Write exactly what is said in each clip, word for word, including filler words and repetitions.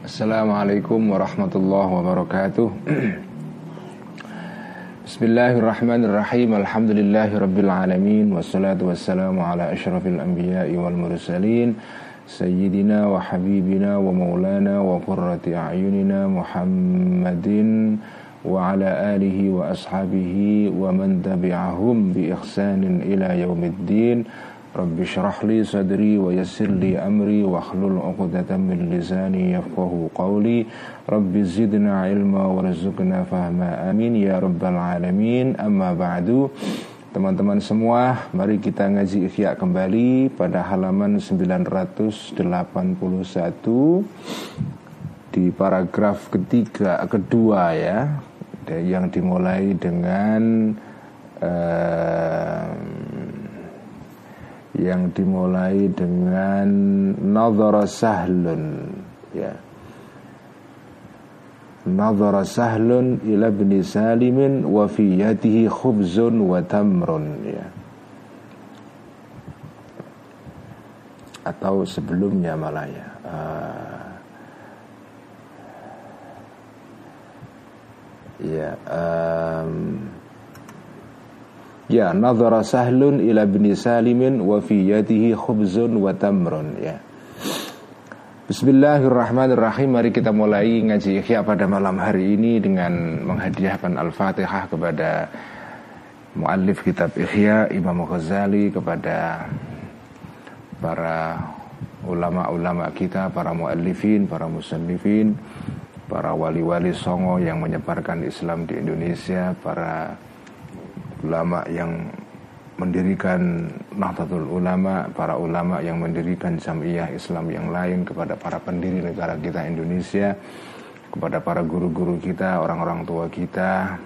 Assalamualaikum warahmatullahi wabarakatuh. Bismillahirrahmanirrahim. Alhamdulillahirabbil alamin wassalatu wassalamu ala asyrafil anbiya'i wal mursalin sayyidina wa habibina wa maulana wa qurrati a'yunina Muhammadin wa ala alihi wa ashabihi wa man tabi'ahum bi ihsanin ila yaumiddin. Rabbi syrah li sadri wa yassir li amri wa hlul uqdatan min lisani yafqahu qawli. Rabbi zidna ilma warzuqna fahma, amin ya rabbal alamin. Amma ba'du. Teman-teman semua, mari kita ngaji Ihya kembali pada halaman sembilan ratus delapan puluh satu di paragraf ketiga kedua ya, yang dimulai dengan uh, yang dimulai dengan nadhara sahlun ya. Nadhara sahlun ila ibni Salimin wa fi yadihi khubzun wa tamrun ya. Atau sebelumnya malah ya. Uh, ya um, Ya, nadhara sahlun ila ibni Salimin wa fi yadihi khubzun wa tamrun ya. Bismillahirrahmanirrahim. Mari kita mulai ngaji Ihya pada malam hari ini dengan menghadiahkan Al-Fatihah kepada muallif kitab Ihya Imam Ghazali, kepada para ulama-ulama kita, para muallifin, para musannifin, para wali-wali songo yang menyebarkan Islam di Indonesia, para ulama yang mendirikan Nahdlatul Ulama, para ulama yang mendirikan Jam'iyah Islam yang lain, kepada para pendiri negara kita Indonesia, kepada para guru-guru kita, orang-orang tua kita,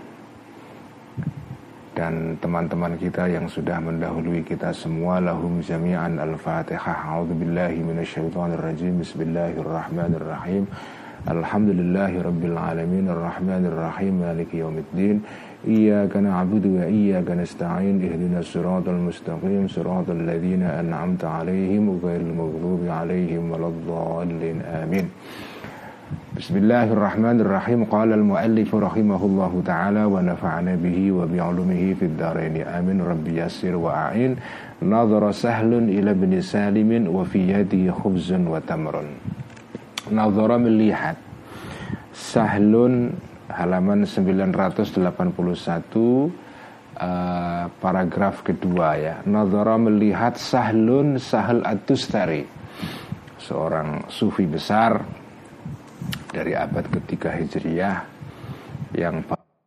dan teman-teman kita yang sudah mendahului kita semua. Lahum jami'an al-Fatihah. A'udzubillahi minasyaitonirrajim. Bismillahirrahmanirrahim. Alhamdulillahirabbil alamin arrahmanirrahim maliki yaumiddin. Iyyaka na'budu wa iyyaka nasta'in. Ihdinas siratal mustaqim, siratal ladzina an'amta 'alaihim ghairil maghdubi 'alaihim waladdallin. Amin. Bismillahirrahmanirrahim. Qala al-muallif rahimahullahu ta'ala wa nafa'ana bihi wa bi'ulumihi fid dharain. Amin. Rabbi yassir wa a'in. Nadhara sahlun ila ibni Salimin wa fi yadihi khubzun wa tamrun. Nadhara melihat. Sahlun halaman sembilan ratus delapan puluh satu uh, paragraf kedua ya. Nadhara melihat Sahlun Sahl At-Tustari, seorang sufi besar dari abad ketiga Hijriyah yang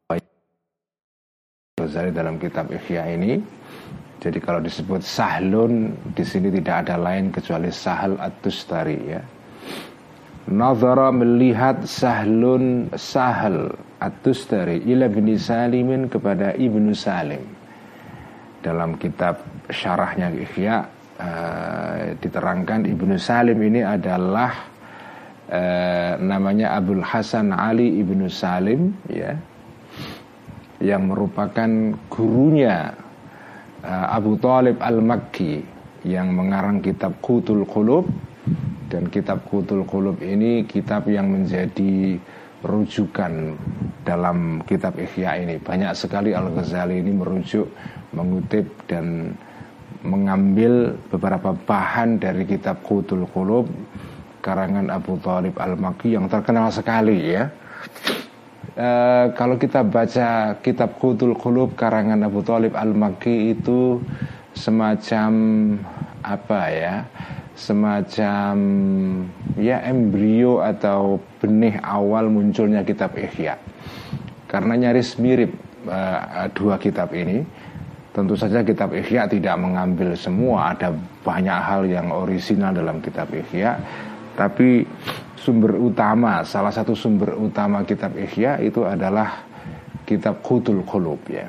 Ghazali dalam kitab Ihya ini. Jadi kalau disebut Sahlun di sini tidak ada lain kecuali Sahl At-Tustari ya. Nadhara melihat Sahlun Sahl At-Tustari ila ibni Salimin, kepada Ibnu Salim. Dalam kitab syarahnya Ihya uh, diterangkan Ibnu Salim ini adalah uh, namanya Abul Hasan Ali Ibnu Salim ya, yang merupakan gurunya uh, Abu Thalib Al-Makki yang mengarang kitab Qutul Qulub. Dan kitab Qutul Qulub ini kitab yang menjadi rujukan dalam kitab Ihya ini. Banyak sekali Al-Ghazali ini merujuk, mengutip dan mengambil beberapa bahan dari kitab Qutul Qulub karangan Abu Thalib Al-Makki yang terkenal sekali ya. E, kalau kita baca kitab Qutul Qulub karangan Abu Thalib Al-Makki itu semacam apa ya? Semacam ya embrio atau benih awal munculnya kitab Ihya. Karena nyaris mirip uh, dua kitab ini. Tentu saja kitab Ihya tidak mengambil semua, ada banyak hal yang orisinal dalam kitab Ihya. Tapi sumber utama, salah satu sumber utama kitab Ihya itu adalah kitab Qutul Qulub ya.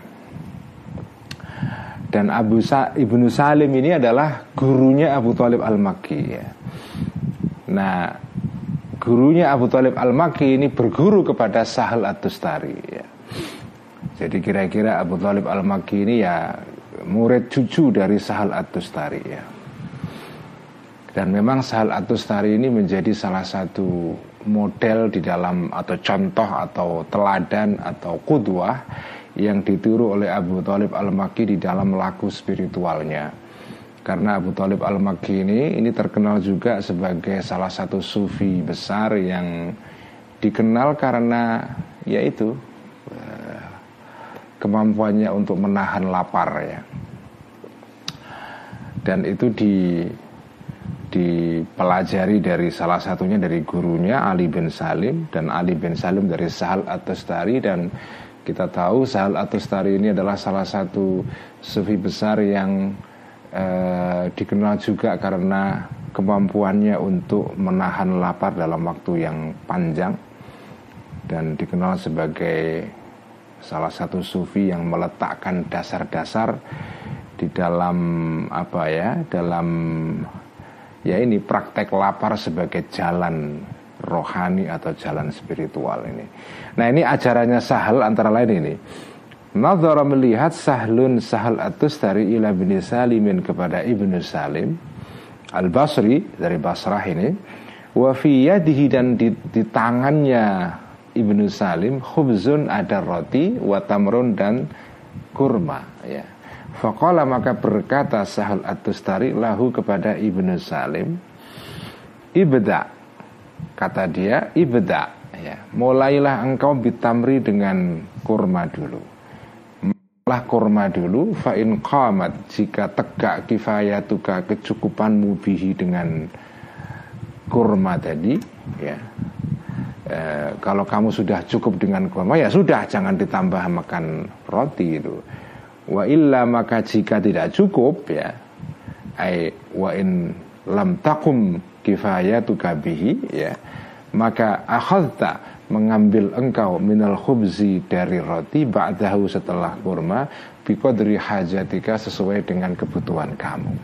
Dan Abu Sa- Ibnu Salim ini adalah gurunya Abu Thalib Al-Makki ya. Nah, gurunya Abu Thalib Al-Makki ini berguru kepada Sahl At-Tustari ya. Jadi kira-kira Abu Thalib Al-Makki ini ya murid cucu dari Sahl At-Tustari ya. Dan memang Sahl At-Tustari ini menjadi salah satu model di dalam atau contoh atau teladan atau qudwah yang ditiru oleh Abu Thalib Al-Makki di dalam laku spiritualnya. Karena Abu Thalib Al-Makki ini ini terkenal juga sebagai salah satu sufi besar yang dikenal karena yaitu kemampuannya untuk menahan lapar ya. Dan itu di dipelajari dari salah satunya dari gurunya Ali bin Salim, dan Ali bin Salim dari Sahal At-Tustari. Dan kita tahu Sahal At-Tustari ini adalah salah satu sufi besar yang eh, dikenal juga karena kemampuannya untuk menahan lapar dalam waktu yang panjang, dan dikenal sebagai salah satu sufi yang meletakkan dasar-dasar di dalam apa ya, dalam ya ini praktek lapar sebagai jalan rohani atau jalan spiritual ini. Nah, ini ajarannya Sahal antara lain ini. Nadhara melihat Sahlun Sahal At-Tustari ila bin Salimin kepada Ibnu Salim Al-Basri dari Basrah ini, wa fi yadihi dan di, di tangannya Ibnu Salim khubzun ada roti wa tamrun dan kurma ya. Faqala maka berkata Sahal At-Tustari lahu kepada Ibnu Salim, ibda, kata dia ibda ya, mulailah engkau bitamri dengan kurma dulu. Malah kurma dulu, fa in qamat, jika tegak kifayatuka kecukupanmu bihi dengan kurma tadi ya. E, kalau kamu sudah cukup dengan kurma ya sudah, jangan ditambah makan roti itu. Wa illa, maka jika tidak cukup ya, ai wa in lam takum kifayatuka bihi ya, maka akhadta, mengambil engkau minal khubzi dari roti, ba'dahu setelah kurma, biqadri hajatika, sesuai dengan kebutuhan kamu.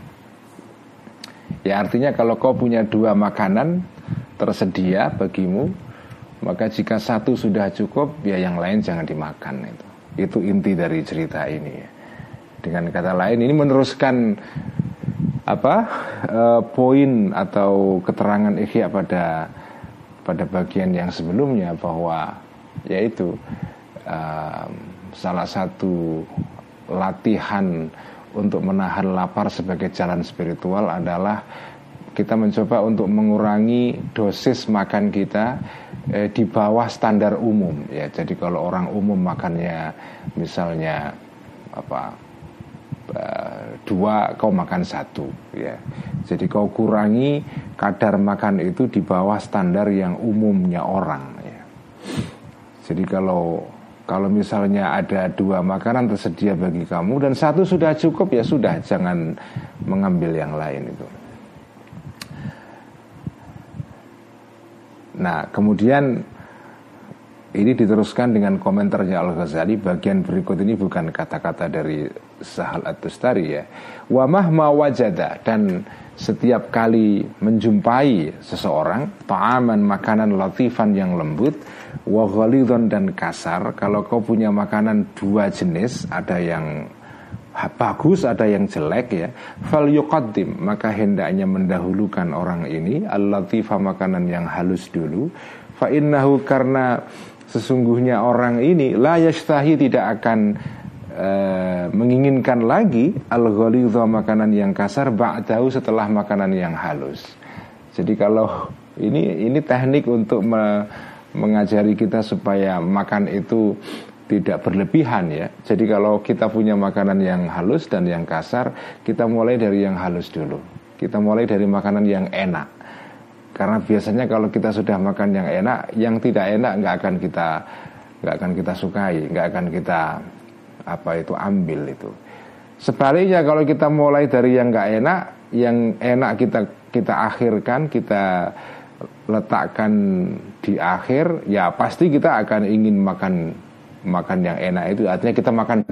Ya, artinya kalau kau punya dua makanan tersedia bagimu, maka jika satu sudah cukup ya yang lain jangan dimakan. Itu Itu inti dari cerita ini ya. Dengan kata lain, ini meneruskan apa e, poin atau keterangan Ihya pada pada bagian yang sebelumnya, bahwa yaitu e, salah satu latihan untuk menahan lapar sebagai jalan spiritual adalah kita mencoba untuk mengurangi dosis makan kita eh, di bawah standar umum ya. Jadi kalau orang umum makannya misalnya apa uh, dua, kau makan satu ya. Jadi kau kurangi kadar makan itu di bawah standar yang umumnya orang ya. Jadi kalau kalau misalnya ada dua makanan tersedia bagi kamu dan satu sudah cukup ya sudah, jangan mengambil yang lain itu. Nah, kemudian ini diteruskan dengan komentarnya Al-Ghazali. Bagian berikut ini bukan kata-kata dari Sahal At-Tustari ya. Wa mahma wajada, dan setiap kali menjumpai seseorang ta'aman, makanan latifan yang lembut, wa ghalidhan, dan kasar. Kalau kau punya makanan dua jenis, ada yang bagus, ada yang jelek ya, fal yuqaddim, maka hendaknya mendahulukan orang ini al-latifa, makanan yang halus dulu. Fa innahu, karena sesungguhnya orang ini la yashtahi, tidak akan uh, menginginkan lagi al-ghalidha, makanan yang kasar, ba'dahu, setelah makanan yang halus. Jadi kalau ini ini teknik untuk me, mengajari kita supaya makan itu tidak berlebihan ya. Jadi kalau kita punya makanan yang halus dan yang kasar, kita mulai dari yang halus dulu. Kita mulai dari makanan yang enak. Karena biasanya kalau kita sudah makan yang enak, yang tidak enak nggak akan kita nggak akan kita sukai, nggak akan kita apa itu ambil itu. Sebaliknya kalau kita mulai dari yang nggak enak, yang enak kita kita akhirkan, kita letakkan di akhir, ya pasti kita akan ingin makan makan yang enak itu. Artinya kita makan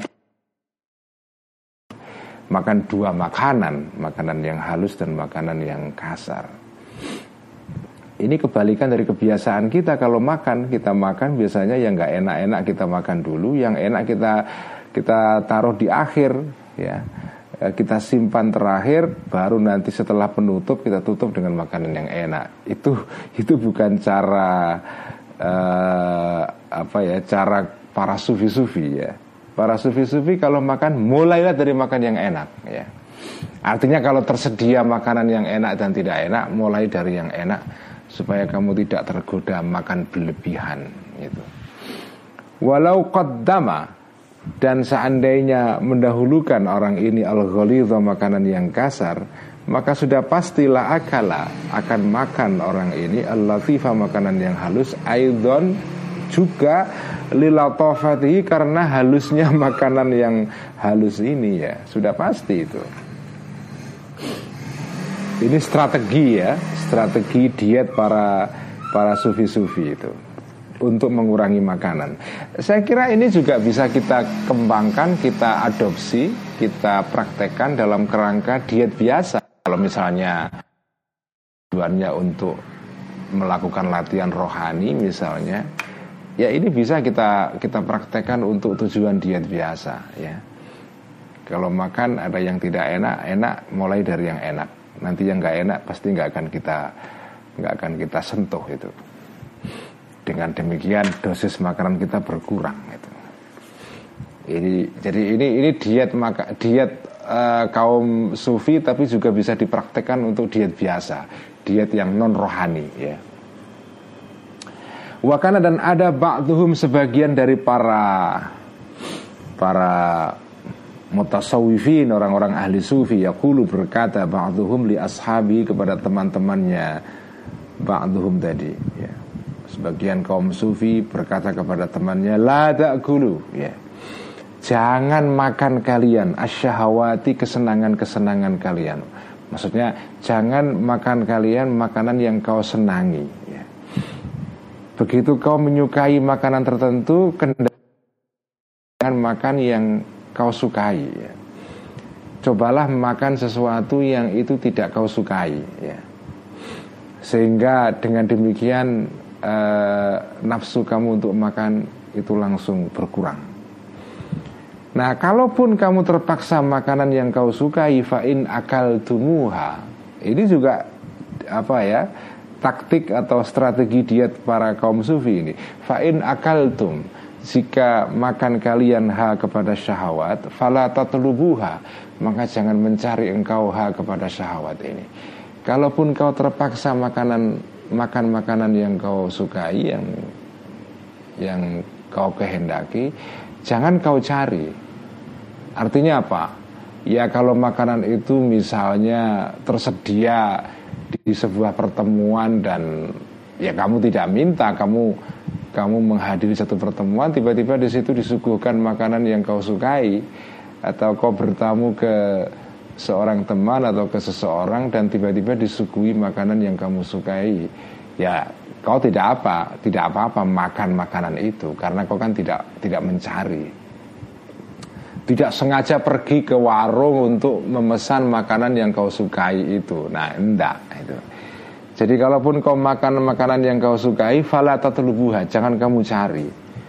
makan dua makanan, makanan yang halus dan makanan yang kasar. Ini kebalikan dari kebiasaan kita. Kalau makan, kita makan biasanya yang nggak enak-enak kita makan dulu, yang enak kita kita taruh di akhir ya. kita simpan terakhir, baru nanti setelah penutup kita tutup dengan makanan yang enak. Itu itu bukan cara uh, apa ya, cara para sufi-sufi ya. Para sufi-sufi kalau makan mulailah dari makan yang enak ya. Artinya kalau tersedia makanan yang enak dan tidak enak, mulai dari yang enak supaya kamu tidak tergoda makan berlebihan gitu. Walau qaddama, dan seandainya mendahulukan orang ini al-ghalidha, makanan yang kasar, maka sudah pastilah akala, akan makan orang ini al-latifa, makanan yang halus, aidon, juga lilatofatihi, karena halusnya makanan yang halus ini ya, sudah pasti itu. Ini strategi ya, strategi diet para para sufi-sufi itu untuk mengurangi makanan. Saya kira ini juga bisa kita kembangkan, kita adopsi, kita praktekkan dalam kerangka diet biasa. Kalau misalnya tujuannya untuk melakukan latihan rohani misalnya, ya ini bisa kita kita praktekkan untuk tujuan diet biasa ya. Kalau makan ada yang tidak enak, enak mulai dari yang enak. Nanti yang nggak enak pasti nggak akan kita nggak akan kita sentuh itu. Dengan demikian dosis makanan kita berkurang itu. Ini jadi ini ini diet maka diet uh, kaum sufi, tapi juga bisa dipraktekkan untuk diet biasa, diet yang non rohani ya. Wakana, dan ada ba'duhum, sebagian dari para para mutasawwifin, orang-orang ahli sufi, yaqulu, berkata ba'duhum li ashabi, kepada teman-temannya ba'duhum tadi ya. Sebagian kaum sufi berkata kepada temannya, la ta'kulu ya, jangan makan kalian asyahawati, kesenangan-kesenangan kalian. Maksudnya jangan makan kalian makanan yang kau senangi ya. Begitu kau menyukai makanan tertentu, jangan makan yang kau sukai ya. Cobalah makan sesuatu yang itu tidak kau sukai ya. Sehingga dengan demikian Uh, nafsu kamu untuk makan itu langsung berkurang. Nah, kalaupun kamu terpaksa makanan yang kau sukai, fa'in akaltumuha, ini juga apa ya, taktik atau strategi diet para kaum sufi ini. Fa'in akaltum, jika makan kalian ha kepada syahwat, fala tatlubuha, maka jangan mencari engkau ha kepada syahwat ini. Kalaupun kau terpaksa makanan makan makanan yang kau sukai, yang yang kau kehendaki, jangan kau cari. Artinya apa? Ya kalau makanan itu misalnya tersedia di sebuah pertemuan dan ya kamu tidak minta, kamu kamu menghadiri satu pertemuan, tiba-tiba di situ disuguhkan makanan yang kau sukai, atau kau bertamu ke seorang teman atau ke seseorang dan tiba-tiba disuguhi makanan yang kamu sukai, ya kau tidak apa, tidak apa-apa makan makanan itu, karena kau kan tidak tidak mencari, tidak sengaja pergi ke warung untuk memesan makanan yang kau sukai itu. Nah, enggak itu. Jadi kalaupun kau makan makanan yang kau sukai, fala tatlubuha, jangan kamu cari.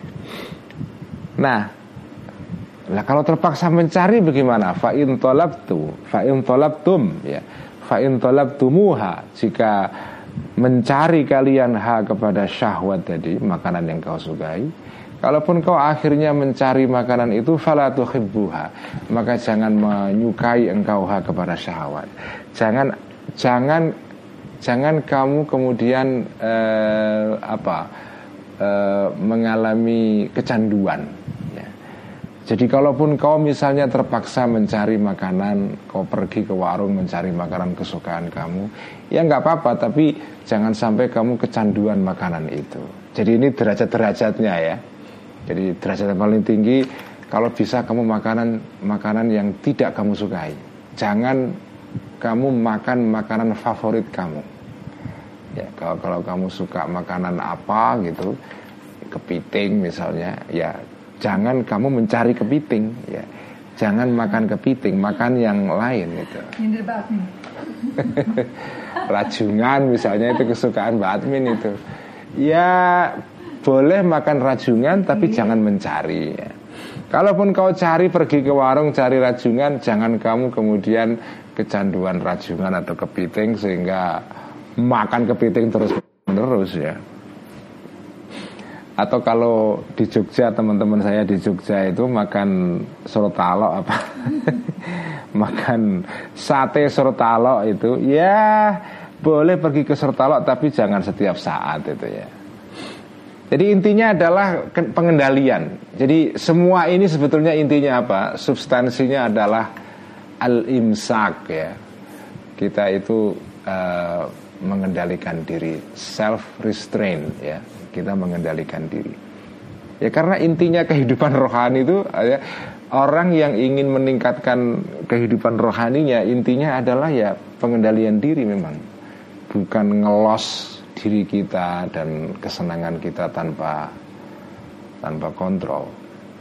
Nah, lah kalau terpaksa mencari bagaimana? Fa in talabtu, fa in talabtum ya. Fa in talabtumuha, jika mencari kalian ha kepada syahwat tadi, makanan yang kau sukai, kalaupun kau akhirnya mencari makanan itu, fala tuhibbuha, maka jangan menyukai engkau ha kepada syahwat. Jangan jangan jangan kamu kemudian eh, apa? Eh, mengalami kecanduan. Jadi kalaupun kau misalnya terpaksa mencari makanan, kau pergi ke warung mencari makanan kesukaan kamu, ya nggak apa-apa, tapi jangan sampai kamu kecanduan makanan itu. Jadi ini derajat-derajatnya ya. Jadi derajat yang paling tinggi, kalau bisa kamu makanan makanan yang tidak kamu sukai. Jangan kamu makan makanan favorit kamu. Ya, kalau kalau kamu suka makanan apa gitu, kepiting misalnya, ya jangan kamu mencari kepiting ya. Jangan makan kepiting, makan yang lain gitu. Rajungan misalnya, itu kesukaan Mbak Admin itu. Ya boleh makan rajungan, tapi jangan mencari ya. Kalaupun kau cari pergi ke warung cari rajungan, jangan kamu kemudian kecanduan rajungan atau kepiting sehingga makan kepiting terus menerus ya. Atau kalau di Jogja, teman-teman saya di Jogja itu makan sorotalo apa makan sate sorotalo itu ya boleh pergi ke sorotalo tapi jangan setiap saat itu ya. Jadi intinya adalah pengendalian. Jadi semua ini sebetulnya intinya apa? Substansinya adalah al-imsak ya. Kita itu uh, mengendalikan diri, self restraint ya. Kita mengendalikan diri. Ya karena intinya kehidupan rohani itu ya, orang yang ingin meningkatkan kehidupan rohaninya intinya adalah ya pengendalian diri memang. Bukan ngelos diri kita dan kesenangan kita tanpa tanpa kontrol.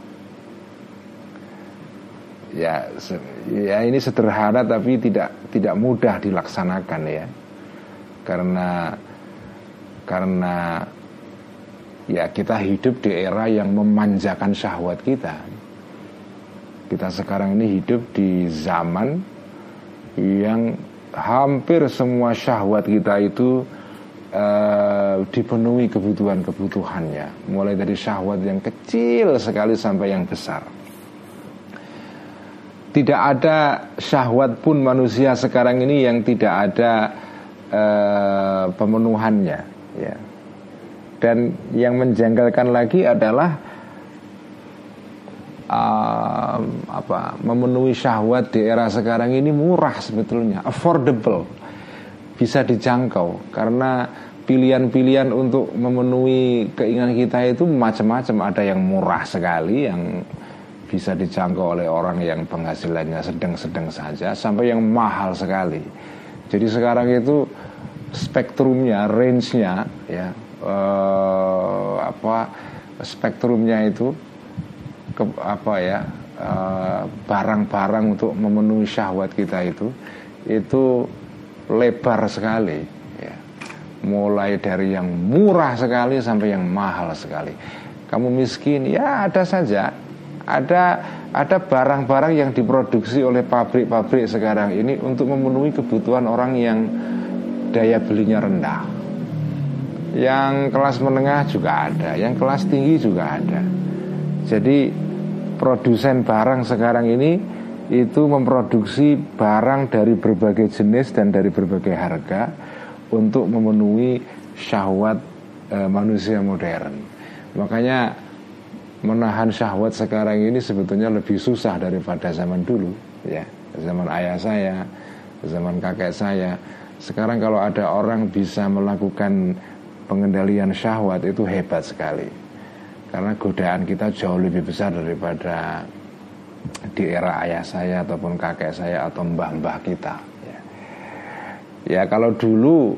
Ya, ya ini sederhana tapi tidak tidak mudah dilaksanakan ya. Karena karena ya kita hidup di era yang memanjakan syahwat kita. Kita sekarang ini hidup di zaman yang hampir semua syahwat kita itu uh, dipenuhi kebutuhan-kebutuhannya. Mulai dari syahwat yang kecil sekali sampai yang besar. Tidak ada syahwat pun manusia sekarang ini yang tidak ada uh, pemenuhannya ya. Dan yang menjanggalkan lagi adalah uh, apa, memenuhi syahwat di era sekarang ini murah sebetulnya, affordable, bisa dijangkau. Karena pilihan-pilihan untuk memenuhi keinginan kita itu macam-macam. Ada yang murah sekali, yang bisa dijangkau oleh orang yang penghasilannya sedang-sedang saja, sampai yang mahal sekali. Jadi sekarang itu spektrumnya, range-nya ya, Uh, apa spektrumnya itu ke, apa ya uh, barang-barang untuk memenuhi syahwat kita itu itu lebar sekali ya. Mulai dari yang murah sekali sampai yang mahal sekali. Kamu miskin ya ada saja, ada ada barang-barang yang diproduksi oleh pabrik-pabrik sekarang ini untuk memenuhi kebutuhan orang yang daya belinya rendah. Yang kelas menengah juga ada, yang kelas tinggi juga ada. Jadi produsen barang sekarang ini itu memproduksi barang dari berbagai jenis dan dari berbagai harga untuk memenuhi syahwat e, manusia modern. Makanya menahan syahwat sekarang ini sebetulnya lebih susah daripada zaman dulu ya. Zaman ayah saya, zaman kakek saya. Sekarang kalau ada orang bisa melakukan pengendalian syahwat itu hebat sekali. Karena godaan kita jauh lebih besar daripada di era ayah saya ataupun kakek saya atau mbah-mbah kita ya. Ya kalau dulu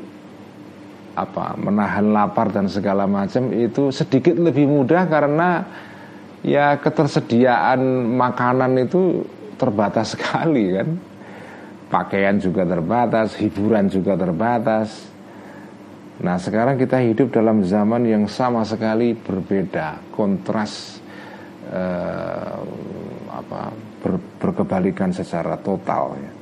apa menahan lapar dan segala macam itu sedikit lebih mudah karena ya ketersediaan makanan itu terbatas sekali kan. Pakaian juga terbatas, hiburan juga terbatas. Nah sekarang kita hidup dalam zaman yang sama sekali berbeda, kontras eh, apa ber, berkebalikan secara total ya.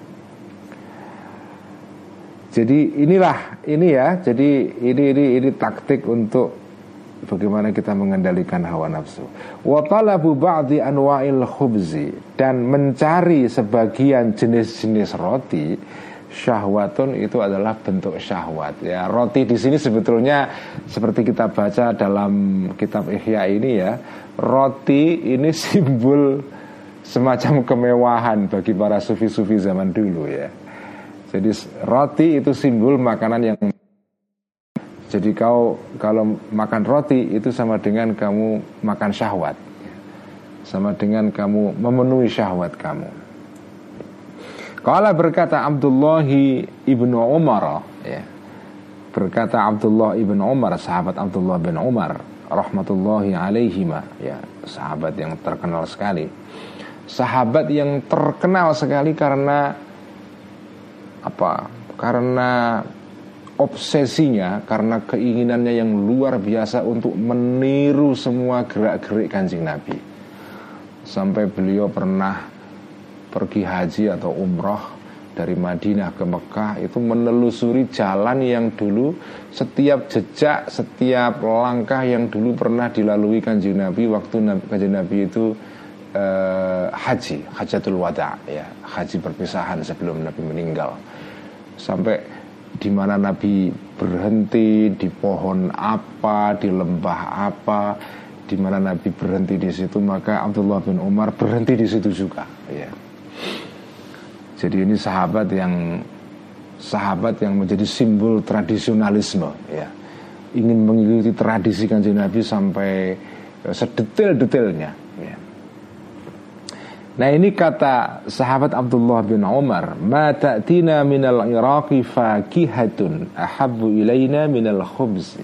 Jadi inilah ini ya, jadi ini ini ini taktik untuk bagaimana kita mengendalikan hawa nafsu. Wa talabu ba'di anwa'il khubzi, dan mencari sebagian jenis-jenis roti. Syahwatun itu adalah bentuk syahwat ya. Roti di sini sebetulnya seperti kita baca dalam kitab Ihya ini ya, roti ini simbol semacam kemewahan bagi para sufi-sufi zaman dulu ya. Jadi roti itu simbol makanan yang, jadi kau kalau makan roti itu sama dengan kamu makan syahwat, sama dengan kamu memenuhi syahwat kamu. Qala berkata Abdullah ibnu Umar ya. Berkata Abdullah ibnu Umar, sahabat Abdullah bin Umar rahmatullahi alaihima ya, sahabat yang terkenal sekali. Sahabat yang terkenal sekali karena apa? Karena obsesinya, karena keinginannya yang luar biasa untuk meniru semua gerak-gerik Kanjeng Nabi. sampai beliau pernah pergi haji atau umroh dari Madinah ke Mekah, itu menelusuri jalan yang dulu, setiap jejak, setiap langkah yang dulu pernah dilalui Kanjeng Nabi waktu Kanjeng Nabi itu eh, haji, hajatul wada, ya, haji perpisahan sebelum Nabi meninggal. Sampai di mana Nabi berhenti, di pohon apa, di lembah apa, di mana Nabi berhenti di situ, maka Abdullah bin Umar berhenti di situ juga, ya. Jadi ini sahabat yang sahabat yang menjadi simbol tradisionalisme, ya. Ingin mengikuti tradisi Kanjeng Nabi sampai sedetail-detailnya, ya. Nah, ini kata sahabat Abdullah bin Umar, "Ma ta'tina minal Iraqi fakihatun ahabbu ilaina minal khubzi."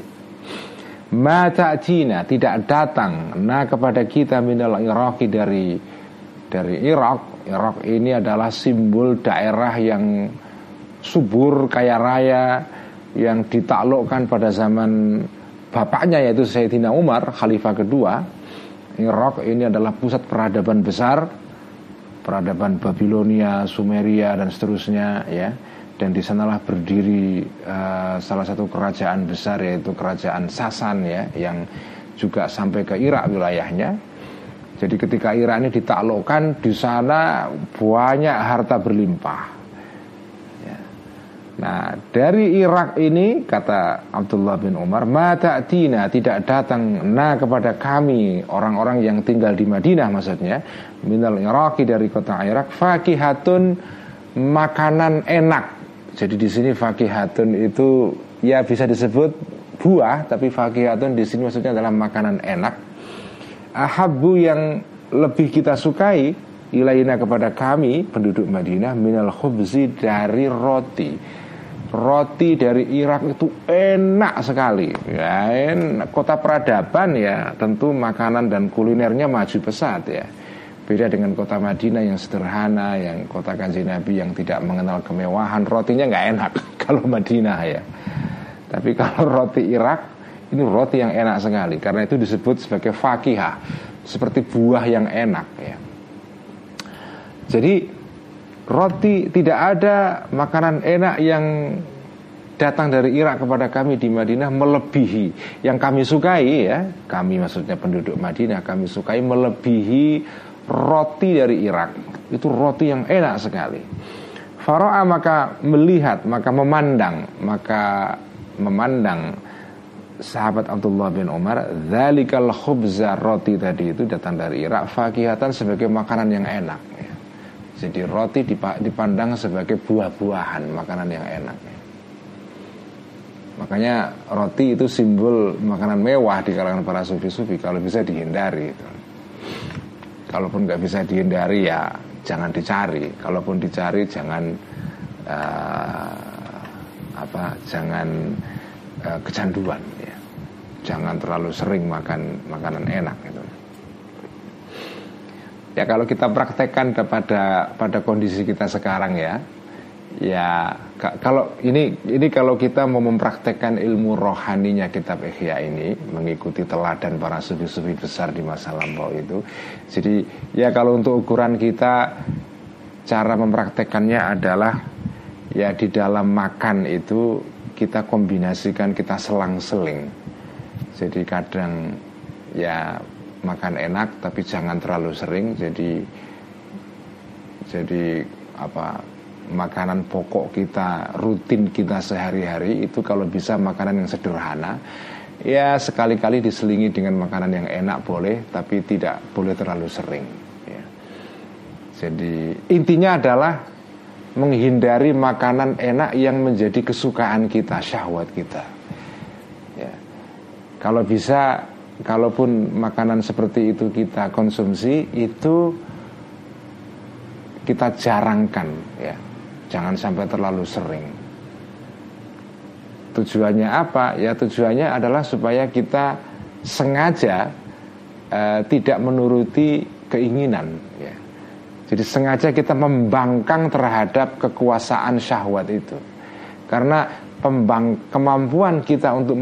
Ma ta'tina, tidak datang na kepada kita minal Iraqi, dari dari Irak. Irak ini adalah simbol daerah yang subur, kaya raya, yang ditaklukkan pada zaman bapaknya yaitu Sayyidina Umar, khalifah kedua. Irak ini adalah pusat peradaban besar, peradaban Babilonia, Sumeria dan seterusnya, ya. Dan di sanalah berdiri uh, salah satu kerajaan besar yaitu kerajaan Sasan, ya, yang juga sampai ke Irak wilayahnya. Jadi ketika Irak ini ditaklukkan, di sana banyak harta berlimpah, ya. Nah, dari Irak ini kata Abdullah bin Umar, "Ma ta'tina, tidak datang na kepada kami orang-orang yang tinggal di Madinah," maksudnya minal Iraqi, dari kota Irak, fakihatun, makanan enak. Jadi di sini fakihatun itu ya bisa disebut buah, tapi fakihatun di sini maksudnya adalah makanan enak. Ahabbu, yang lebih kita sukai, ilaina kepada kami penduduk Madinah, minal khubzi, dari roti. Roti dari Irak itu enak sekali, ya. Kota peradaban, ya, tentu makanan dan kulinernya maju pesat, ya. Beda dengan kota Madinah yang sederhana, yang kota Kanjeng Nabi yang tidak mengenal kemewahan, rotinya nggak enak kalau Madinah, ya. Tapi kalau roti Irak, ini roti yang enak sekali, karena itu disebut sebagai fakihah, seperti buah yang enak, ya. Jadi roti, tidak ada makanan enak yang datang dari Irak kepada kami di Madinah melebihi, yang kami sukai, ya, kami maksudnya penduduk Madinah, kami sukai melebihi roti dari Irak. Itu roti yang enak sekali. Fara'a, maka melihat, maka memandang, maka memandang sahabat Abdullah bin Umar, dzalikal khubza, roti tadi itu datang dari Irak, fakihatan, sebagai makanan yang enak, ya. Jadi roti dipandang sebagai buah-buahan, makanan yang enak, ya. Makanya roti itu simbol makanan mewah di kalangan para sufi-sufi, kalau bisa dihindari itu. Kalaupun nggak bisa dihindari, ya jangan dicari. Kalaupun dicari, jangan uh, apa jangan uh, kecanduan, ya. Jangan terlalu sering makan makanan enak gitu. Ya, kalau kita praktekkan pada pada kondisi kita sekarang, ya, ya kalau ini ini kalau kita mau mempraktekkan ilmu rohaninya kitab Ihya ini, mengikuti teladan para sufi-sufi besar di masa lampau itu. Jadi ya, kalau untuk ukuran kita, cara mempraktekannya adalah ya di dalam makan itu kita kombinasikan, kita selang-seling. Jadi kadang ya makan enak tapi jangan terlalu sering. Jadi jadi apa makanan pokok kita, rutin kita sehari-hari itu kalau bisa makanan yang sederhana. Ya sekali-kali diselingi dengan makanan yang enak boleh, tapi tidak boleh terlalu sering, ya. Jadi intinya adalah menghindari makanan enak yang menjadi kesukaan kita, syahwat kita, ya. Kalau bisa, kalaupun makanan seperti itu kita konsumsi, itu kita jarangkan, ya. Jangan sampai terlalu sering. Tujuannya apa? Ya tujuannya adalah supaya kita sengaja uh, tidak menuruti keinginan, ya. Jadi sengaja kita membangkang terhadap kekuasaan syahwat itu. Karena pembang, kemampuan kita untuk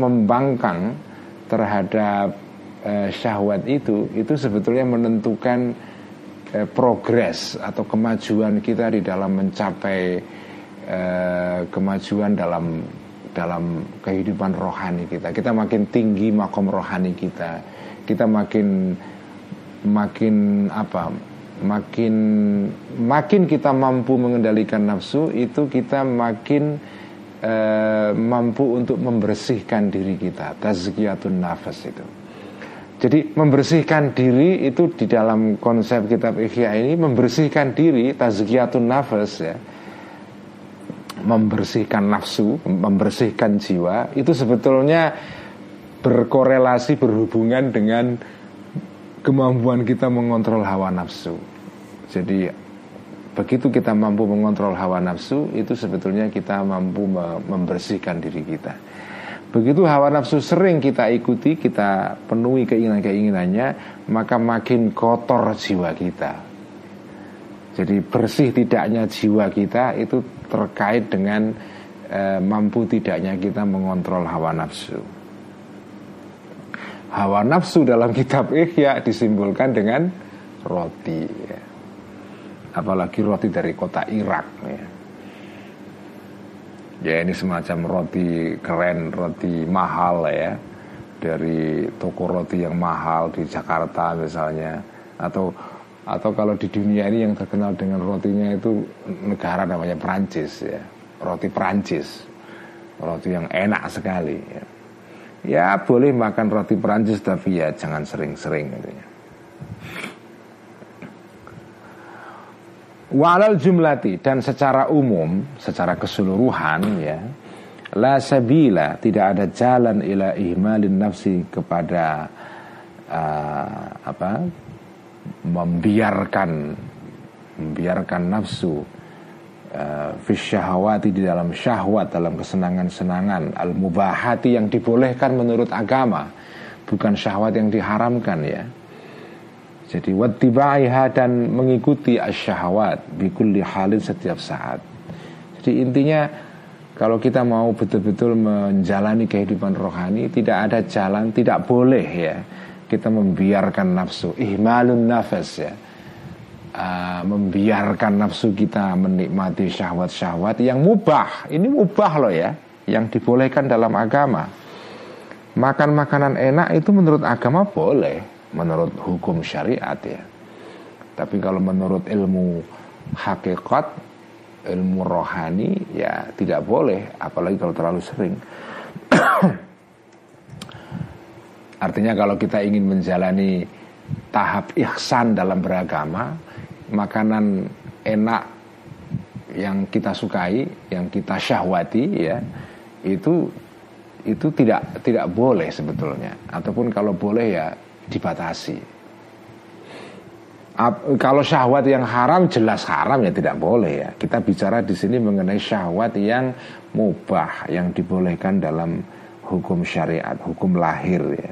membangkang terhadap uh, syahwat itu, itu sebetulnya menentukan eh, progres atau kemajuan kita di dalam mencapai eh, kemajuan dalam dalam kehidupan rohani kita. Kita makin tinggi makom rohani kita. Kita makin makin apa? Makin makin kita mampu mengendalikan nafsu, itu kita makin eh, mampu untuk membersihkan diri kita. Tazkiyatun nafas itu. Jadi membersihkan diri itu di dalam konsep kitab Ihya ini, membersihkan diri, tazkiyatun nafas ya, membersihkan nafsu, membersihkan jiwa, itu sebetulnya berkorelasi, berhubungan dengan kemampuan kita mengontrol hawa nafsu. Jadi begitu kita mampu mengontrol hawa nafsu, itu sebetulnya kita mampu membersihkan diri kita. Begitu hawa nafsu sering kita ikuti, kita penuhi keinginan-keinginannya, maka makin kotor jiwa kita. Jadi bersih tidaknya jiwa kita itu terkait dengan e, mampu tidaknya kita mengontrol hawa nafsu. Hawa nafsu dalam kitab Ihya disimbolkan dengan roti ya. Apalagi roti dari kota Irak ya. Ya ini semacam roti keren, roti mahal ya, dari toko roti yang mahal di Jakarta misalnya, atau atau kalau di dunia ini yang terkenal dengan rotinya itu negara namanya Prancis ya, roti Prancis, roti yang enak sekali ya. Ya boleh makan roti Prancis tapi ya jangan sering-sering gitu ya. Walal jumlati, dan secara umum, secara keseluruhan ya, la sabila, tidak ada jalan ila ihmalin nafsi, kepada uh, apa membiarkan membiarkan nafsu uh, fi syahwati, di dalam syahwat, dalam kesenangan-senangan, al mubahati, yang dibolehkan menurut agama, bukan syahwat yang diharamkan ya. Jadi wattibaiha, dan mengikuti asyahwat bikulli halin, setiap saat. Jadi intinya kalau kita mau betul-betul menjalani kehidupan rohani, tidak ada jalan, tidak boleh ya kita membiarkan nafsu, ihmalun nafas ya, uh, membiarkan nafsu kita menikmati syahwat-syahwat yang mubah. Ini mubah loh ya, yang dibolehkan dalam agama. Makan makanan enak itu menurut agama boleh, menurut hukum syariat ya. Tapi kalau menurut ilmu hakikat, ilmu rohani ya tidak boleh, apalagi kalau terlalu sering. Artinya kalau kita ingin menjalani tahap ihsan dalam beragama, makanan enak yang kita sukai, yang kita syahwati ya, itu itu tidak tidak boleh sebetulnya. Ataupun kalau boleh ya dibatasi. Kalau syahwat yang haram jelas haram ya tidak boleh ya. Kita bicara di sini mengenai syahwat yang mubah, yang dibolehkan dalam hukum syariat, hukum lahir ya.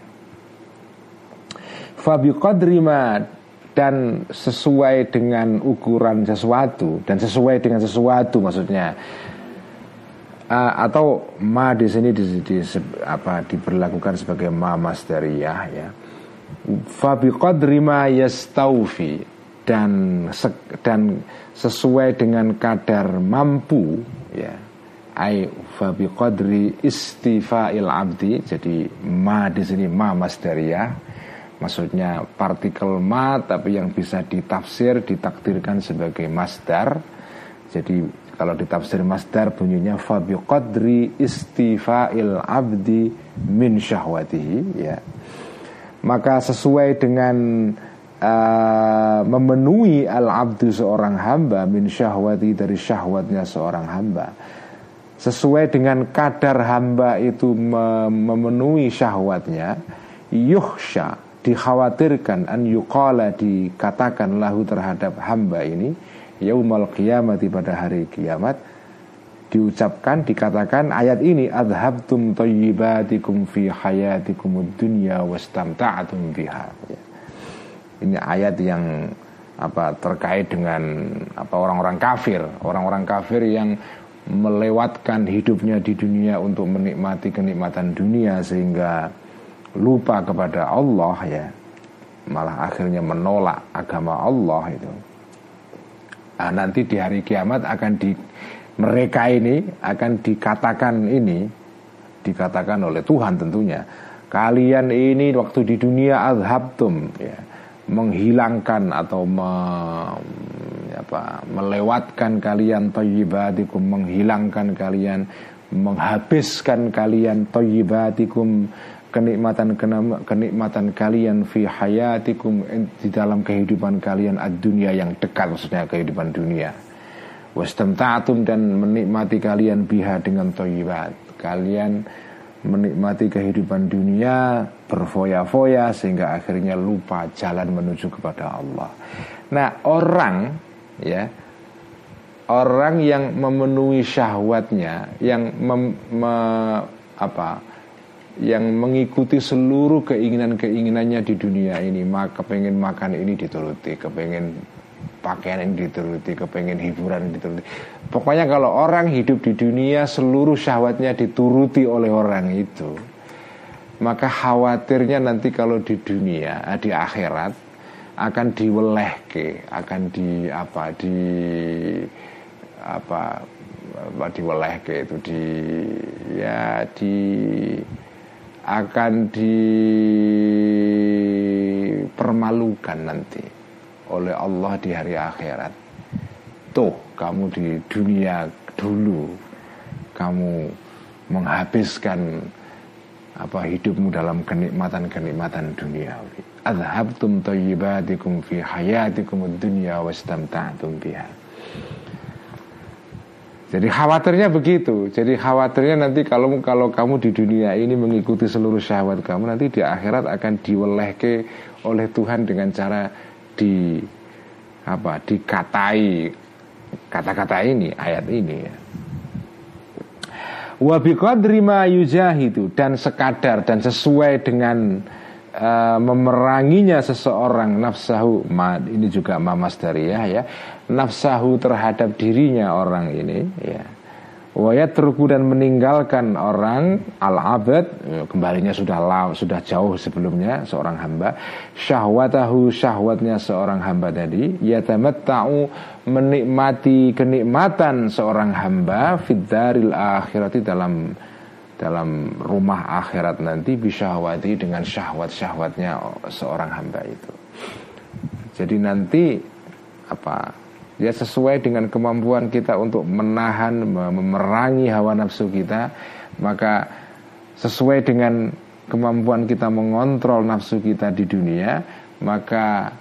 Fa biqadri ma, dan sesuai dengan ukuran sesuatu, dan sesuai dengan sesuatu maksudnya. Uh, atau ma di sini di, di, apa diberlakukan sebagai ma masdariyah ya. Fa biqadri ma yastaufi, dan dan sesuai dengan kadar mampu ya. Ai fa biqadri istifa'il abdi. Jadi ma di sini ma masdariyah, maksudnya partikel ma tapi yang bisa ditafsir, ditakdirkan sebagai masdar. Jadi kalau ditafsir masdar bunyinya fa biqadri istifa'il abdi min syahwatihi ya. Maka sesuai dengan uh, memenuhi al-abdu, seorang hamba, min syahwati, dari syahwatnya seorang hamba. Sesuai dengan kadar hamba itu memenuhi syahwatnya, yuhsya, dikhawatirkan, an yuqala, dikatakan lahu terhadap hamba ini, yaumal qiyamati, pada hari kiamat, diucapkan, dikatakan ayat ini, adhabtum thayyibatikum fi hayatikumud dunya wastamta'tum biha. Ini ayat yang apa terkait dengan apa orang-orang kafir, orang-orang kafir yang melewatkan hidupnya di dunia untuk menikmati kenikmatan dunia sehingga lupa kepada Allah ya. malah akhirnya menolak agama Allah itu. Nah, nanti di hari kiamat akan di mereka ini akan dikatakan ini dikatakan oleh Tuhan tentunya, kalian ini waktu di dunia azhabtum ya, menghilangkan atau me, apa, melewatkan kalian thayyibatikum, menghilangkan kalian, menghabiskan kalian thayyibatikum, kenikmatan kenikmatan kalian fi hayatikum, di dalam kehidupan kalian ad-dunya yang dekat, maksudnya kehidupan dunia. Wastamta'tum, dan menikmati kalian biha dengan thayyibat. Kalian menikmati kehidupan dunia berfoya-foya sehingga akhirnya lupa jalan menuju kepada Allah. Nah, orang ya orang yang memenuhi syahwatnya, yang mem, me, apa yang mengikuti seluruh keinginan-keinginannya di dunia ini, maka kepengen makan ini dituruti, kepengen pakaian ini dituruti, kepengen hiburan ini dituruti. Pokoknya kalau orang hidup di dunia seluruh syahwatnya dituruti oleh orang itu, maka khawatirnya nanti kalau di dunia, di akhirat akan diwelehke, akan di apa di apa apa diwelehke itu di ya di akan dipermalukan nanti oleh Allah di hari akhirat. Tuh, kamu di dunia dulu kamu menghabiskan apa hidupmu dalam kenikmatan-kenikmatan duniawi. Adhabtum thayyibatikum fi hayatikum ad-dunya wastamta'tum biha. Jadi khawatirnya begitu. Jadi khawatirnya nanti kalau kalau kamu di dunia ini mengikuti seluruh syahwat kamu, nanti di akhirat akan diwelehke oleh Tuhan dengan cara di apa dikatai kata-kata ini, ayat ini ya. Wa biqadri ma yujahidu, dan sekadar dan sesuai dengan uh, memeranginya seseorang nafsahu, ma, ini juga ma masdariyah ya, nafsahu terhadap dirinya orang ini ya. Wa yatruku, dan meninggalkan orang al-abad, kembalinya sudah law, sudah jauh sebelumnya seorang hamba, syahwatahu, syahwatnya seorang hamba tadi, yatamatta'u, menikmati kenikmatan seorang hamba fid daril akhirati, dalam dalam rumah akhirat nanti, bisyahwati, dengan syahwat-syahwatnya seorang hamba itu. Jadi nanti apa ya, sesuai dengan kemampuan kita untuk menahan, memerangi hawa nafsu kita, maka sesuai dengan kemampuan kita mengontrol nafsu kita di dunia, maka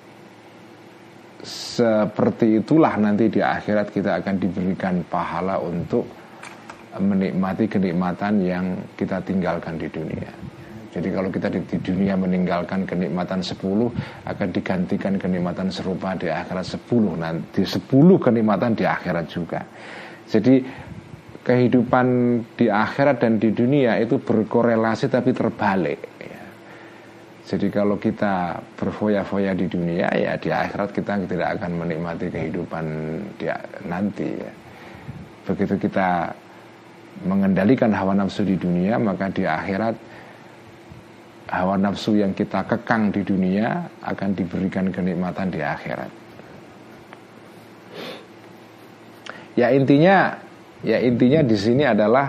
seperti itulah nanti di akhirat kita akan diberikan pahala untuk menikmati kenikmatan yang kita tinggalkan di dunia. Jadi kalau kita di, di dunia meninggalkan kenikmatan sepuluh, akan digantikan kenikmatan serupa di akhirat sepuluh, nanti sepuluh kenikmatan di akhirat juga. Jadi kehidupan di akhirat dan di dunia itu berkorelasi tapi terbalik ya. Jadi kalau kita berfoya-foya di dunia, ya di akhirat kita tidak akan menikmati kehidupan di, nanti ya. Begitu kita mengendalikan hawa nafsu di dunia, maka di akhirat hawa nafsu yang kita kekang di dunia akan diberikan kenikmatan di akhirat. Ya intinya, ya intinya di sini adalah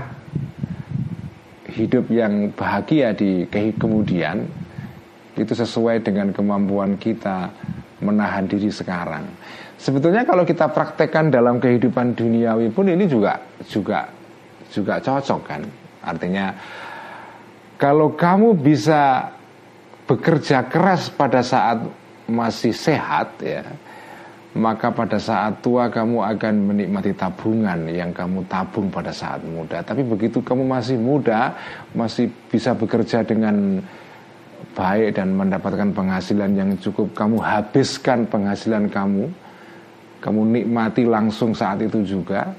hidup yang bahagia di kemudian itu sesuai dengan kemampuan kita menahan diri sekarang. Sebetulnya kalau kita praktekkan dalam kehidupan duniawi pun ini juga juga juga cocok kan. Artinya kalau kamu bisa bekerja keras pada saat masih sehat ya, maka pada saat tua kamu akan menikmati tabungan yang kamu tabung pada saat muda. Tapi begitu kamu masih muda, masih bisa bekerja dengan baik dan mendapatkan penghasilan yang cukup, kamu habiskan penghasilan kamu, kamu nikmati langsung saat itu juga.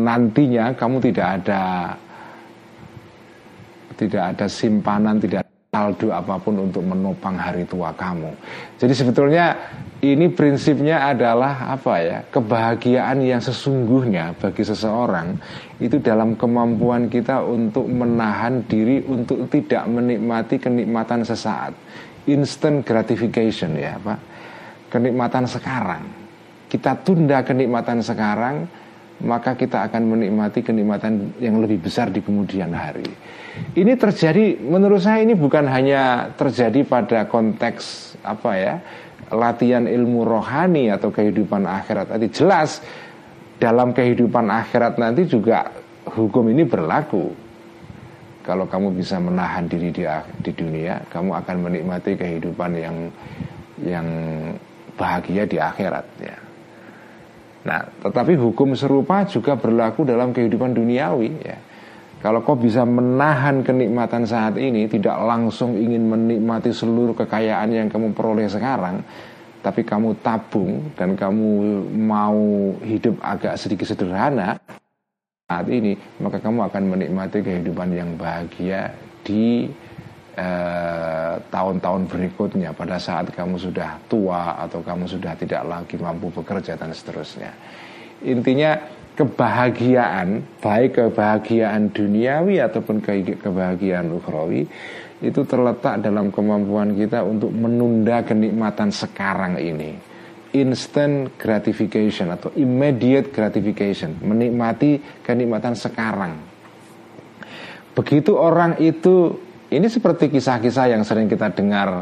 Nantinya kamu tidak ada tidak ada simpanan, tidak saldo apapun untuk menopang hari tua kamu. Jadi sebetulnya ini prinsipnya adalah apa ya? Kebahagiaan yang sesungguhnya bagi seseorang itu dalam kemampuan kita untuk menahan diri untuk tidak menikmati kenikmatan sesaat. Instant gratification ya, Pak. Kenikmatan sekarang. Kita tunda kenikmatan sekarang, maka kita akan menikmati kenikmatan yang lebih besar di kemudian hari. Ini terjadi, menurut saya ini bukan hanya terjadi pada konteks apa ya, latihan ilmu rohani atau kehidupan akhirat tadi. Jelas dalam kehidupan akhirat nanti juga hukum ini berlaku. Kalau kamu bisa menahan diri di, di dunia, kamu akan menikmati kehidupan yang yang bahagia di akhirat ya. Nah, tetapi hukum serupa juga berlaku dalam kehidupan duniawi ya. Kalau kau bisa menahan kenikmatan saat ini, tidak langsung ingin menikmati seluruh kekayaan yang kamu peroleh sekarang, tapi kamu tabung dan kamu mau hidup agak sedikit sederhana saat ini, maka kamu akan menikmati kehidupan yang bahagia di eh, tahun-tahun berikutnya, pada saat kamu sudah tua atau kamu sudah tidak lagi mampu bekerja dan seterusnya. Intinya kebahagiaan, baik kebahagiaan duniawi ataupun kebahagiaan ukhrawi, itu terletak dalam kemampuan kita untuk menunda kenikmatan sekarang ini. Instant gratification atau immediate gratification, menikmati kenikmatan sekarang. Begitu orang itu, ini seperti kisah-kisah yang sering kita dengar.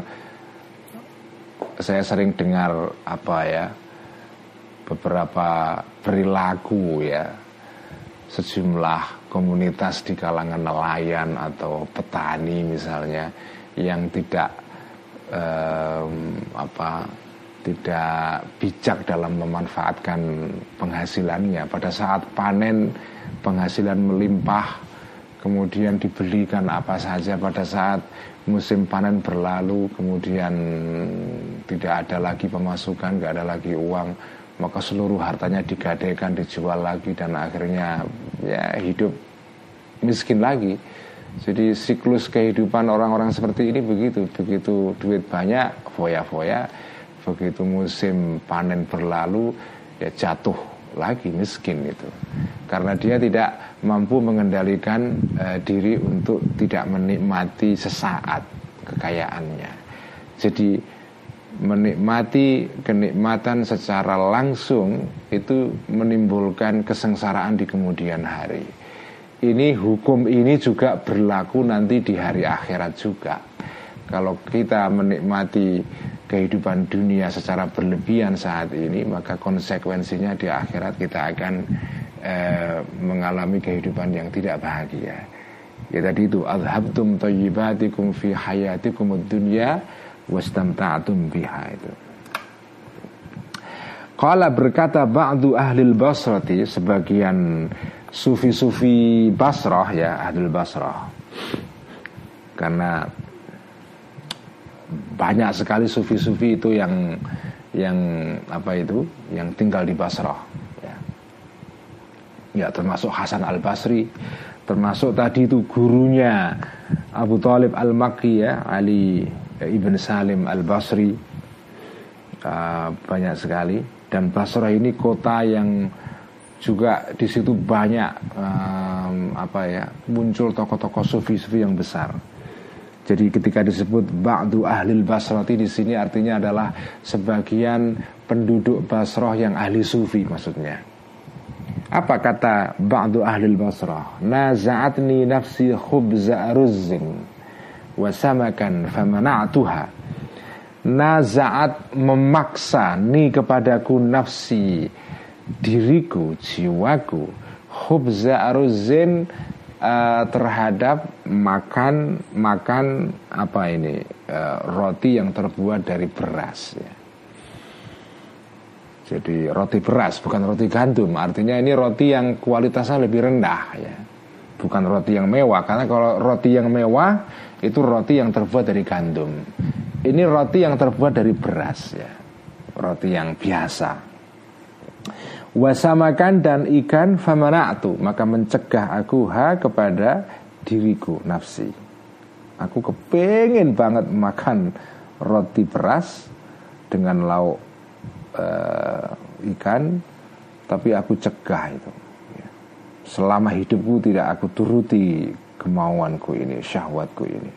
Saya sering dengar apa ya, beberapa perilaku ya, sejumlah komunitas di kalangan nelayan atau petani misalnya yang tidak um, apa tidak bijak dalam memanfaatkan penghasilannya. Pada saat panen penghasilan melimpah, kemudian dibelikan apa saja. Pada saat musim panen berlalu, kemudian tidak ada lagi pemasukan, tidak ada lagi uang, maka seluruh hartanya digadaikan, dijual lagi, dan akhirnya ya hidup miskin lagi. Jadi siklus kehidupan orang-orang seperti ini begitu. Begitu duit banyak, foya-foya. Begitu musim panen berlalu, ya jatuh lagi miskin itu. Karena dia tidak mampu mengendalikan uh, diri untuk tidak menikmati sesaat kekayaannya. Jadi menikmati kenikmatan secara langsung itu menimbulkan kesengsaraan di kemudian hari. Ini hukum ini juga berlaku nanti di hari akhirat juga. Kalau kita menikmati kehidupan dunia secara berlebihan saat ini, maka konsekuensinya di akhirat kita akan eh, mengalami kehidupan yang tidak bahagia. Ya tadi itu, adhabtum thayyibatikum fi hayatikum ad-dunya wastamta'tum biha itu. Qala, berkata ba'du ahlil Basrati, sebagian sufi-sufi Basrah ya, ahlul Basrah. Karena banyak sekali sufi-sufi itu yang yang apa itu, yang tinggal di Basrah ya. Ya, termasuk Hasan al-Basri, termasuk tadi itu gurunya Abu Thalib al-Makki ya, Ali ibn Salim al-Basri. uh, Banyak sekali. Dan Basrah ini kota yang juga di situ banyak um, apa ya, muncul tokoh-tokoh sufi-sufi yang besar. Jadi ketika disebut ba'du ahlil Basrati di sini artinya adalah sebagian penduduk Basrah yang ahli sufi maksudnya. Apa kata ba'du ahlil Basrah? Naza'atni nafsi khubza ruzzin wa samakan famana'tuha. Naza'at, memaksa ni kepadaku nafsi, diriku, jiwaku, khubza ruzzin, Uh, terhadap makan makan apa ini uh, roti yang terbuat dari beras ya. Jadi roti beras, bukan roti gandum. Artinya ini roti yang kualitasnya lebih rendah ya, bukan roti yang mewah. Karena kalau roti yang mewah itu roti yang terbuat dari gandum. Ini roti yang terbuat dari beras ya, roti yang biasa. Wasamakan, dan ikan, famana'tu, maka mencegah aku ha kepada diriku, nafsi. Aku kepengen banget makan roti beras dengan lauk uh, ikan, tapi aku cegah itu. Selama hidupku tidak aku turuti kemauanku ini, syahwatku ini.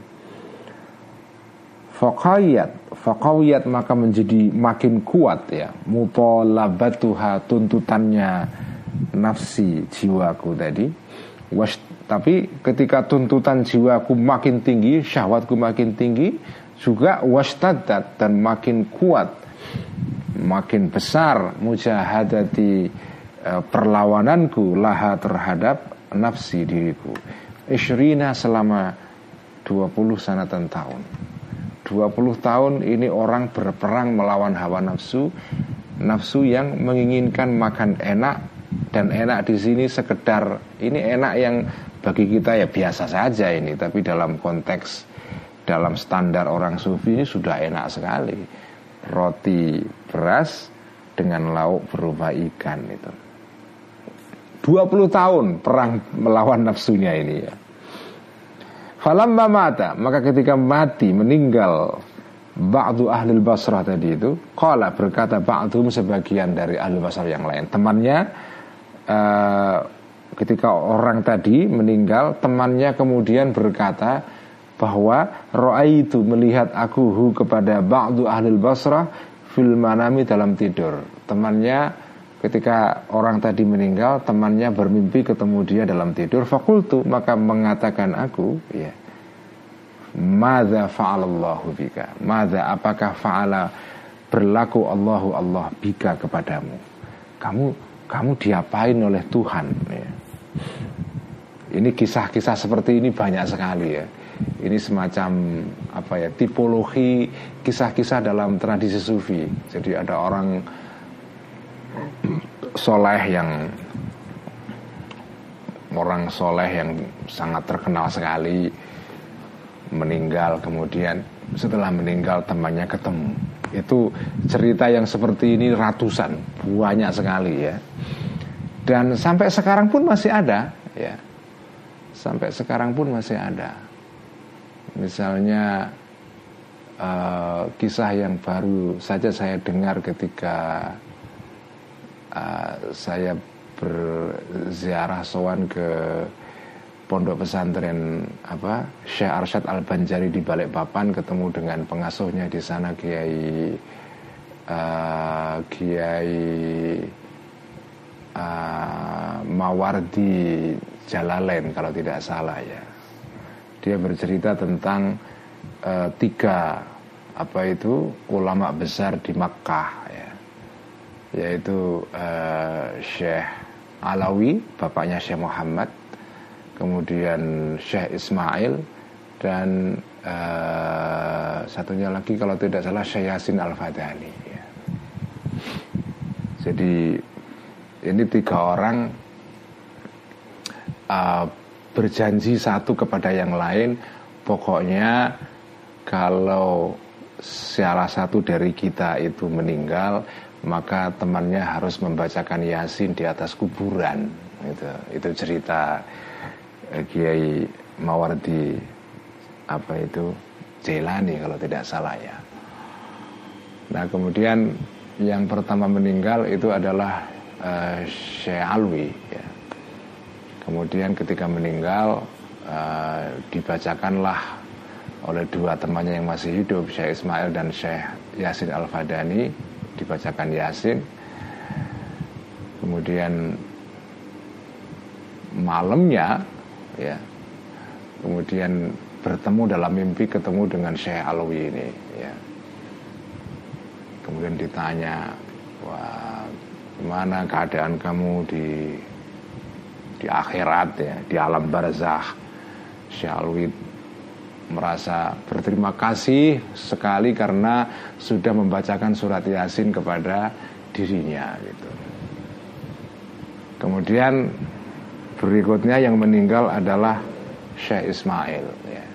Faqawiyat, faqawiyat maka menjadi makin kuat ya. Mutalabatuha, tuntutannya nafsi jiwaku tadi. Was, tapi ketika tuntutan jiwaku makin tinggi, syahwatku makin tinggi, juga wastaddat, dan makin kuat, makin besar mujahadati, eh, perlawananku laha terhadap nafsi diriku. Isyrina, selama dua puluh sanatan tahun. dua puluh tahun ini orang berperang melawan hawa nafsu, nafsu yang menginginkan makan enak, dan enak di sini sekedar ini enak yang bagi kita ya biasa saja ini, tapi dalam konteks, dalam standar orang sufi ini sudah enak sekali. Roti beras dengan lauk berupa ikan itu. dua puluh tahun perang melawan nafsunya ini ya. Falamma mata, maka ketika mati, meninggal ba'du ahli Basrah tadi itu, qala, berkata ba'dhum, sebagian dari ahli Basrah yang lain, temannya, uh, ketika orang tadi meninggal, temannya kemudian berkata bahwa ra'aitu, melihat aku hu kepada ba'du ahli Basrah fil manami, dalam tidur. Temannya ketika orang tadi meninggal, temannya bermimpi ketemu dia dalam tidur. Fakultu, maka mengatakan aku, ya, madza fa'alallahu bika, madza, apakah fa'ala, berlaku Allahu Allah bika, kepadamu, kamu kamu diapain oleh Tuhan ya. Ini kisah-kisah seperti ini banyak sekali ya. Ini semacam apa ya, tipologi kisah-kisah dalam tradisi sufi. Jadi ada orang soleh yang orang soleh yang sangat terkenal sekali meninggal, kemudian setelah meninggal temannya ketemu. Itu cerita yang seperti ini ratusan, banyak sekali ya. Dan sampai sekarang pun masih ada ya. Sampai sekarang pun masih ada. Misalnya uh, kisah yang baru saja saya dengar ketika Uh, saya berziarah sowan ke pondok pesantren apa Syekh Arsyad Al-Banjari di Balikpapan, ketemu dengan pengasuhnya di sana, Kiai uh, Kiai uh, Mawardi Jalalain kalau tidak salah ya. Dia bercerita tentang uh, tiga apa itu ulama besar di Makkah ya, yaitu uh, Syekh Alawi, bapaknya Syekh Muhammad, kemudian Syekh Ismail, dan uh, satunya lagi kalau tidak salah Syekh Yasin Al-Fadani ya. Jadi ini tiga orang uh, berjanji satu kepada yang lain, pokoknya kalau salah satu dari kita itu meninggal, maka temannya harus membacakan Yasin di atas kuburan. Itu, itu cerita eh, Kiai Mawardi apa itu Jailani kalau tidak salah ya. Nah kemudian yang pertama meninggal itu adalah eh, Syekh Alwi ya. Kemudian ketika meninggal eh, dibacakanlah oleh dua temannya yang masih hidup, Syekh Ismail dan Syekh Yasin Al-Fadani, dibacakan Yasin. Kemudian malamnya ya, kemudian bertemu dalam mimpi, ketemu dengan Syekh Alawi ini ya. Kemudian ditanya, wah gimana keadaan kamu di di akhirat ya, di alam barzakh. Syekh Alawi merasa berterima kasih sekali karena sudah membacakan surat Yasin kepada dirinya gitu. Kemudian berikutnya yang meninggal adalah Syekh Ismail ya.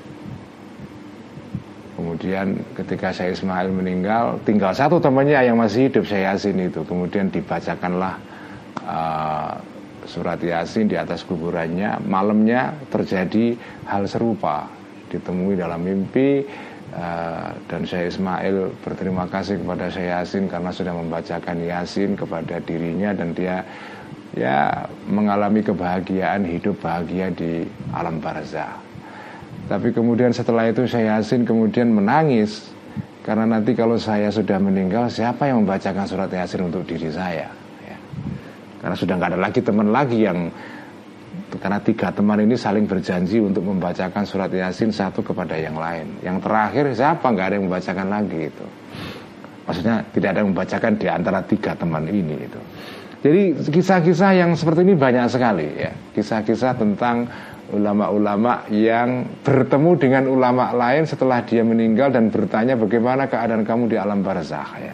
Kemudian ketika Syekh Ismail meninggal, tinggal satu temannya yang masih hidup, Syekh Yasin itu. Kemudian dibacakanlah uh, surat Yasin di atas kuburannya. Malamnya terjadi hal serupa. ditemui dalam mimpi, uh, dan Syekh Ismail berterima kasih kepada Syekh Yasin karena sudah membacakan Yasin kepada dirinya, dan dia ya mengalami kebahagiaan, hidup bahagia di alam barzah. Tapi kemudian setelah itu Syekh Yasin kemudian menangis karena nanti kalau saya sudah meninggal, siapa yang membacakan surat Yasin untuk diri saya ya. Karena sudah nggak ada lagi teman lagi yang, karena tiga teman ini saling berjanji untuk membacakan surat Yasin satu kepada yang lain. Yang terakhir siapa, nggak ada yang membacakan lagi itu. Maksudnya tidak ada yang membacakan di antara tiga teman ini itu. Jadi kisah-kisah yang seperti ini banyak sekali ya. Kisah-kisah tentang ulama-ulama yang bertemu dengan ulama lain setelah dia meninggal dan bertanya bagaimana keadaan kamu di alam barzakh ya.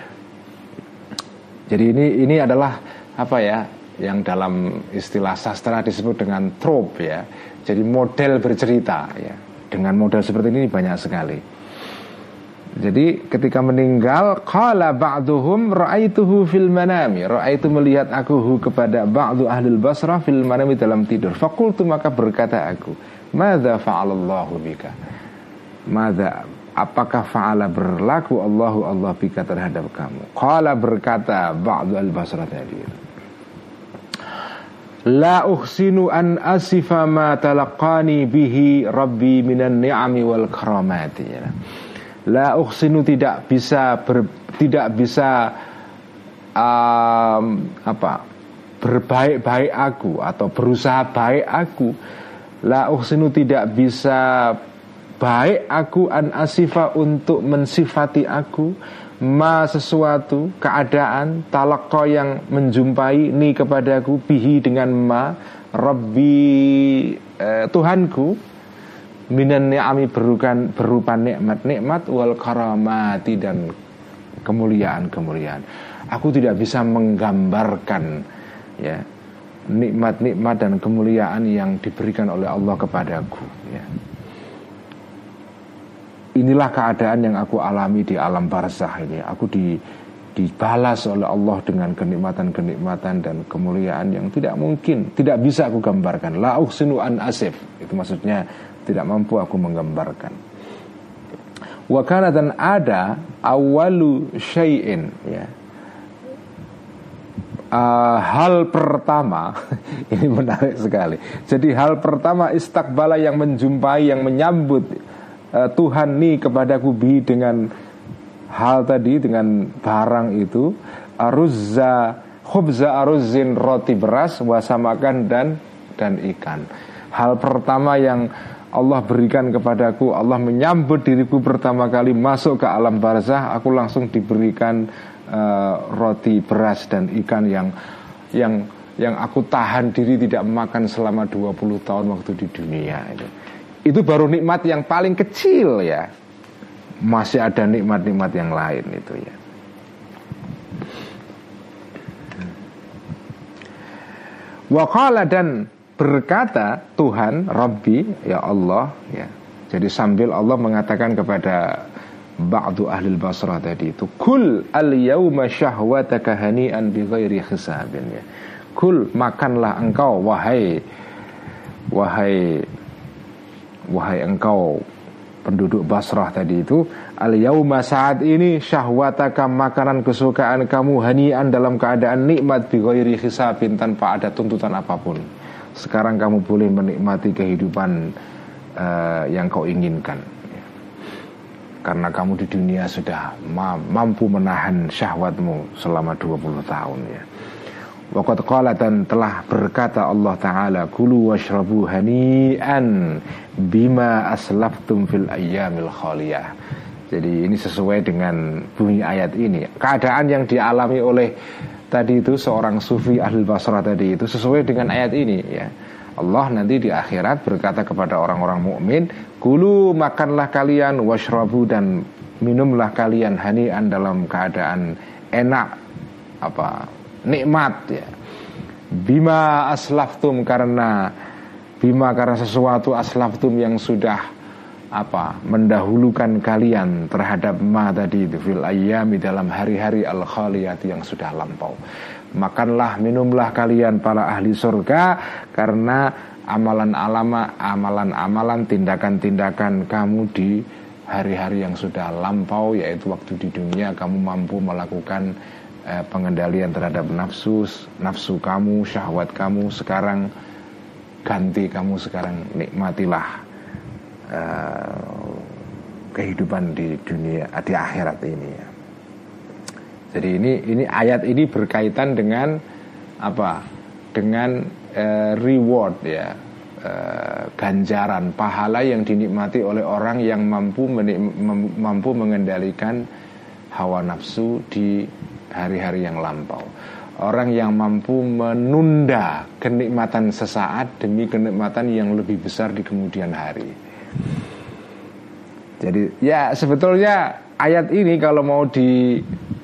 Jadi ini ini adalah apa ya, yang dalam istilah sastra disebut dengan trope ya. Jadi model bercerita ya. Dengan model seperti ini banyak sekali. Jadi ketika meninggal, qala ba'duhum ra'aituhu fil manami, ra'aitu melihat aku hu kepada ba'du ahlul Basrah fil manami dalam tidur. Faqultu, maka berkata aku, madza fa'alallahu bika, madza, apakah fa'ala berlaku Allahu Allah bika terhadap kamu. Qala, berkata ba'du ahlul Basrah tadi, la uhsinu an asifa ma talaqani bihi rabbi minan ni'ami wal karamati ya. La uhsinu, tidak bisa ber, tidak bisa um, apa berbaik-baik aku atau berusaha baik aku. La uhsinu, tidak bisa baik aku an asifa, untuk mensifati aku, ma, sesuatu keadaan, talaqqa, yang menjumpai ni kepadaku, bihi, dengan ma, Rabbi, eh, Tuhanku, minan ni'ami, berukan, berupa nikmat-nikmat, wal karamati, dan kemuliaan-kemuliaan. Aku tidak bisa menggambarkan ya nikmat-nikmat dan kemuliaan yang diberikan oleh Allah kepadaku ya. Inilah keadaan yang aku alami di alam barzakh ini. Aku di, dibalas oleh Allah dengan kenikmatan-kenikmatan dan kemuliaan yang tidak mungkin, tidak bisa aku gambarkan. La uhsinu an asif, itu maksudnya tidak mampu aku menggambarkan. Wa kana, dan ada, awalu syai'in ya. Uh, hal pertama ini menarik sekali. Jadi hal pertama, istakbala, yang menjumpai, yang menyambut uh, Tuhan ni kepadaku bi, dengan hal tadi, dengan barang itu, aruzza khubza aruzin, roti beras, wasamakan, dan dan ikan. Hal pertama yang Allah berikan kepadaku, Allah menyambut diriku pertama kali masuk ke alam barzakh, aku langsung diberikan uh, roti beras dan ikan yang yang yang aku tahan diri tidak makan selama dua puluh tahun waktu di dunia itu. Itu baru nikmat yang paling kecil ya. Masih ada nikmat-nikmat yang lain itu ya. Wa qala, dan berkata Tuhan, Rabbi, ya Allah ya. Jadi sambil Allah mengatakan kepada ba'du ahlil Basrah tadi itu, kul al yauma syahwataka hani'an bi ghairi hisabin ya. Kul, makanlah engkau wahai wahai wahai engkau penduduk Basrah tadi itu, al yauma, saat ini, syahwataka, makanan kesukaan kamu, hani'an, dalam keadaan nikmat, bi ghairi hisabin, tanpa ada tuntutan apapun. Sekarang kamu boleh menikmati kehidupan uh, yang kau inginkan ya. Karena kamu di dunia sudah ma- mampu menahan syahwatmu selama dua puluh tahun ya. Waqad qala, dan telah berkata Allah Ta'ala, kulu washrabu hani'an bima aslaftum fil ayyamil khaliyah. Jadi ini sesuai dengan bunyi ayat ini. Keadaan yang dialami oleh tadi itu seorang sufi ahli Basrah tadi itu sesuai dengan ayat ini ya. Allah nanti di akhirat berkata kepada orang-orang mukmin, kulu, makanlah kalian, washrabu, dan minumlah kalian, hani'an, dalam keadaan enak, apa, nikmat ya. Bima aslaftum, karena bima, karena sesuatu, aslaftum, yang sudah apa, mendahulukan kalian terhadap ma tadi itu, fil ayyami, dalam hari-hari al khaliyati, yang sudah lampau. Makanlah, minumlah kalian para ahli surga, karena amalan-alama, amalan-amalan, tindakan-tindakan kamu di hari-hari yang sudah lampau, yaitu waktu di dunia kamu mampu melakukan eh, pengendalian terhadap nafsu, nafsu kamu, syahwat kamu. Sekarang ganti kamu sekarang nikmatilah eh, kehidupan di dunia, di akhirat ini ya. Jadi ini ini ayat ini berkaitan dengan apa? Dengan eh, reward ya, eh, ganjaran pahala yang dinikmati oleh orang yang mampu menik, mem, mampu mengendalikan hawa nafsu di hari-hari yang lampau. Orang yang mampu menunda kenikmatan sesaat demi kenikmatan yang lebih besar di kemudian hari. Jadi ya sebetulnya ayat ini kalau mau di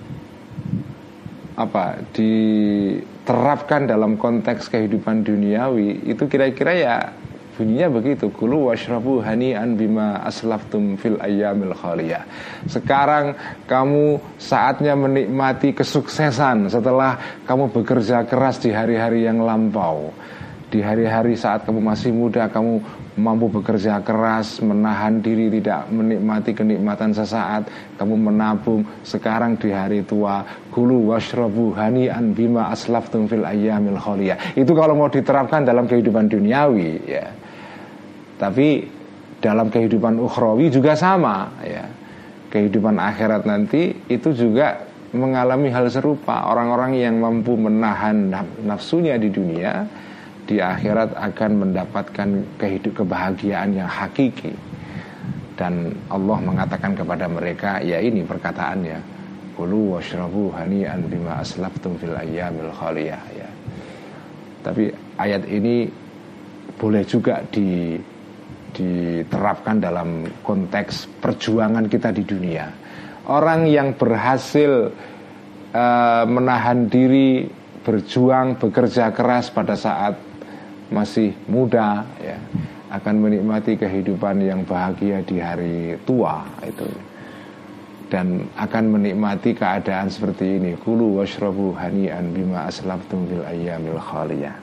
apa diterapkan dalam konteks kehidupan duniawi itu kira-kira ya bunyinya begitu, kulu washrabu hani'an bima aslaftum fil ayyamil khaliyah. Sekarang kamu saatnya menikmati kesuksesan setelah kamu bekerja keras di hari-hari yang lampau. Di hari-hari saat kamu masih muda, kamu mampu bekerja keras, menahan diri, tidak menikmati kenikmatan sesaat. Kamu menabung. Sekarang di hari tua, kulu washrabu hani'an bima aslaftum fil ayyamil khaliyah. Itu kalau mau diterapkan dalam kehidupan duniawi ya. Tapi dalam kehidupan ukhrawi juga sama ya. Kehidupan akhirat nanti itu juga mengalami hal serupa. Orang-orang yang mampu menahan nafsunya di dunia, di akhirat akan mendapatkan kehidupan kebahagiaan yang hakiki. Dan Allah mengatakan kepada mereka, ya ini perkataannya, kulu washrabu hani'an bima aslaftum fil ayyamil khaliyah ya. Tapi ayat ini boleh juga di, diterapkan dalam konteks perjuangan kita di dunia. Orang yang berhasil uh, menahan diri, berjuang, bekerja keras pada saat masih muda ya, akan menikmati kehidupan yang bahagia di hari tua itu, dan akan menikmati keadaan seperti ini, kulu washrabu hani'an bima aslaftum fil ayyamil khaliyah.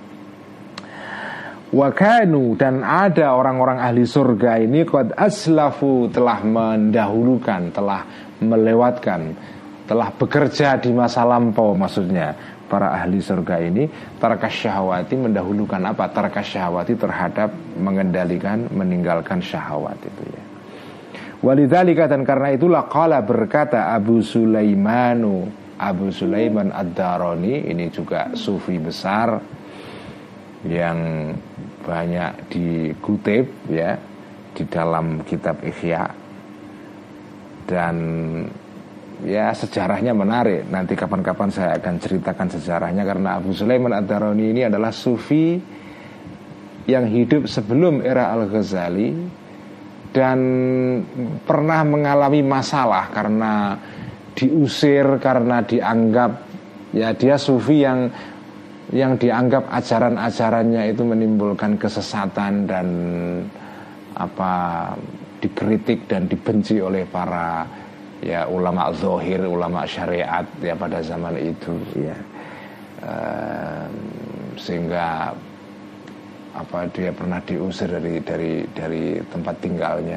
Wa kanu, dan ada orang-orang ahli surga ini qad aslafu, telah mendahulukan, telah melewatkan, telah bekerja di masa lampau. Maksudnya para ahli surga ini tarakas syahwati, mendahulukan apa? Tarakas syahwati terhadap mengendalikan, meninggalkan syahwat itu ya. Walidzalika, dan karena itulah qala, berkata Abu Sulaimanu, Abu Sulaiman Ad-Darani, ini juga sufi besar yang banyak dikutip ya di dalam kitab Ihya, dan ya sejarahnya menarik. Nanti kapan-kapan saya akan ceritakan sejarahnya, karena Abu Sulaiman Ad-Darani ini adalah sufi yang hidup sebelum era Al-Ghazali dan pernah mengalami masalah karena diusir, karena dianggap ya dia sufi yang yang dianggap ajaran-ajarannya itu menimbulkan kesesatan dan apa dikritik dan dibenci oleh para ya ulama zahir, ulama syariat ya pada zaman itu ya. Um, sehingga apa dia pernah diusir dari dari dari tempat tinggalnya.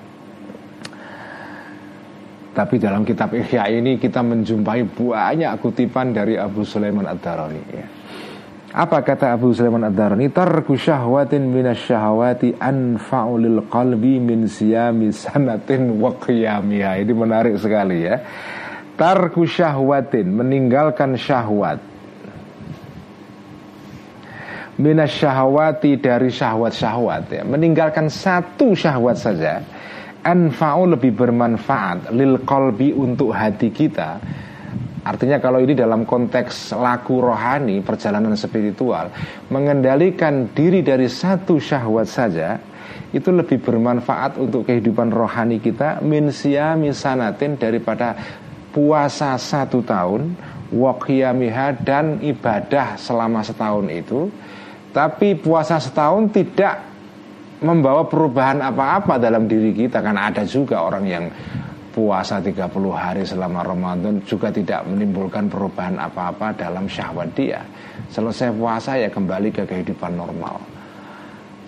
Tapi dalam kitab Ihya ini kita menjumpai banyak kutipan dari Abu Sulaiman Ad-Darani ya. Apa kata Abu Sulaiman Ad-Darani? Tarku syahwatin minasyahawati anfa'u lil qalbi min siyami sanatin wa qiyamiha. Ini menarik sekali ya. Tarku syahwatin, meninggalkan syahwat, minasyahawati, dari syahwat-syahwat ya. Meninggalkan satu syahwat saja, anfa'u, lebih bermanfaat, lil qalbi, untuk hati kita. Artinya kalau ini dalam konteks laku rohani, perjalanan spiritual, mengendalikan diri dari satu syahwat saja itu lebih bermanfaat untuk kehidupan rohani kita min siyami sanatin, daripada puasa satu tahun, wa qiyamiha, dan ibadah selama setahun itu. Tapi puasa setahun tidak membawa perubahan apa-apa dalam diri kita. Kan ada juga orang yang puasa tiga puluh hari selama Ramadan juga tidak menimbulkan perubahan apa-apa dalam syahwat dia. Selesai puasa ya kembali ke kehidupan normal.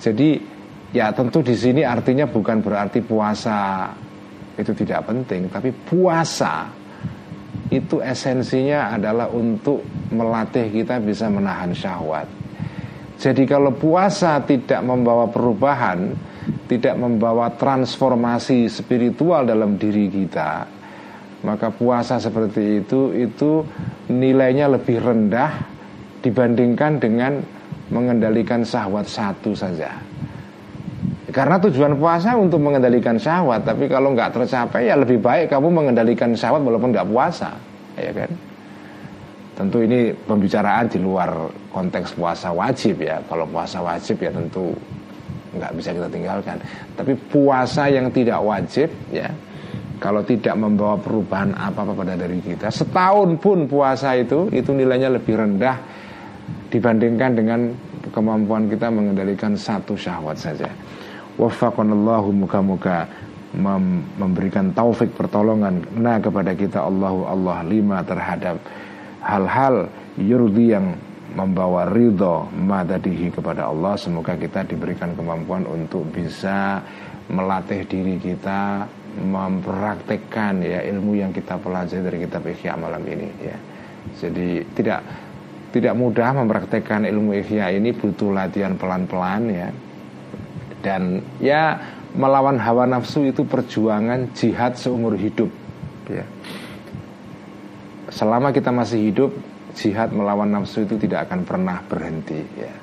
Jadi ya tentu di sini artinya bukan berarti puasa itu tidak penting, tapi puasa itu esensinya adalah untuk melatih kita bisa menahan syahwat. Jadi kalau puasa tidak membawa perubahan, tidak membawa transformasi spiritual dalam diri kita, maka puasa seperti itu itu nilainya lebih rendah dibandingkan dengan mengendalikan syahwat satu saja. Karena tujuan puasa untuk mengendalikan syahwat, tapi kalau nggak tercapai ya lebih baik kamu mengendalikan syahwat walaupun nggak puasa, ya kan? Tentu ini pembicaraan di luar konteks puasa wajib ya. Kalau puasa wajib ya tentu nggak bisa kita tinggalkan. Tapi puasa yang tidak wajib ya, kalau tidak membawa perubahan apa-apa pada diri kita, setahun pun puasa itu itu nilainya lebih rendah dibandingkan dengan kemampuan kita mengendalikan satu syahwat saja. Waffaqanallahu, muka-muka mem- memberikan taufik pertolongan nah kepada kita Allahu Allah lima terhadap hal-hal yurdi yang membawa ridho madadihi kepada Allah. Semoga kita diberikan kemampuan untuk bisa melatih diri kita mempraktekkan ya ilmu yang kita pelajari dari kitab Ihya malam ini ya. Jadi tidak tidak mudah mempraktekkan ilmu Ihya ini, butuh latihan pelan-pelan ya. Dan ya melawan hawa nafsu itu perjuangan jihad seumur hidup ya. Selama kita masih hidup, jihad melawan nafsu itu tidak akan pernah berhenti ya.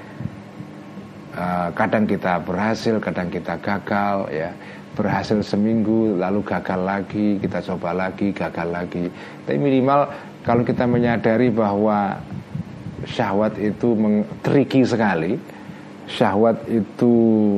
Uh, kadang kita berhasil, kadang kita gagal ya. Berhasil seminggu lalu gagal lagi, kita coba lagi, gagal lagi. Tapi minimal kalau kita menyadari bahwa syahwat itu tricky sekali, syahwat itu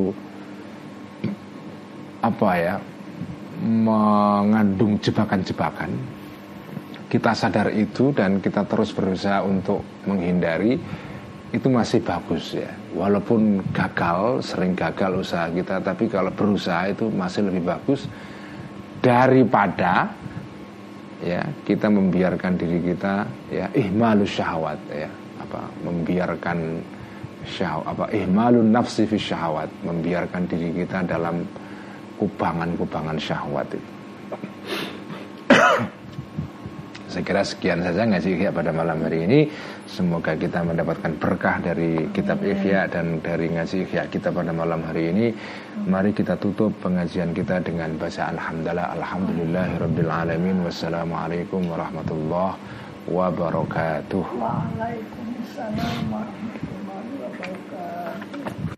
apa ya, mengandung jebakan-jebakan, kita sadar itu dan kita terus berusaha untuk menghindari, itu masih bagus ya. Walaupun gagal, sering gagal usaha kita, tapi kalau berusaha itu masih lebih bagus daripada ya kita membiarkan diri kita ya ihmalus syahwat ya, apa membiarkan syahwat, apa ihmalun nafsi fi syahwat, membiarkan diri kita dalam kubangan-kubangan syahwat itu. Saya kira sekian saja ngaji Ihya pada malam hari ini. Semoga kita mendapatkan berkah dari kitab Ihya dan dari ngaji Ihya kita pada malam hari ini. Mari kita tutup pengajian kita dengan bacaan hamdalah alhamdulillahirabbil alamin. Wassalamualaikum warahmatullahi wabarakatuh. Waalaikumsalam warahmatullahi wabarakatuh.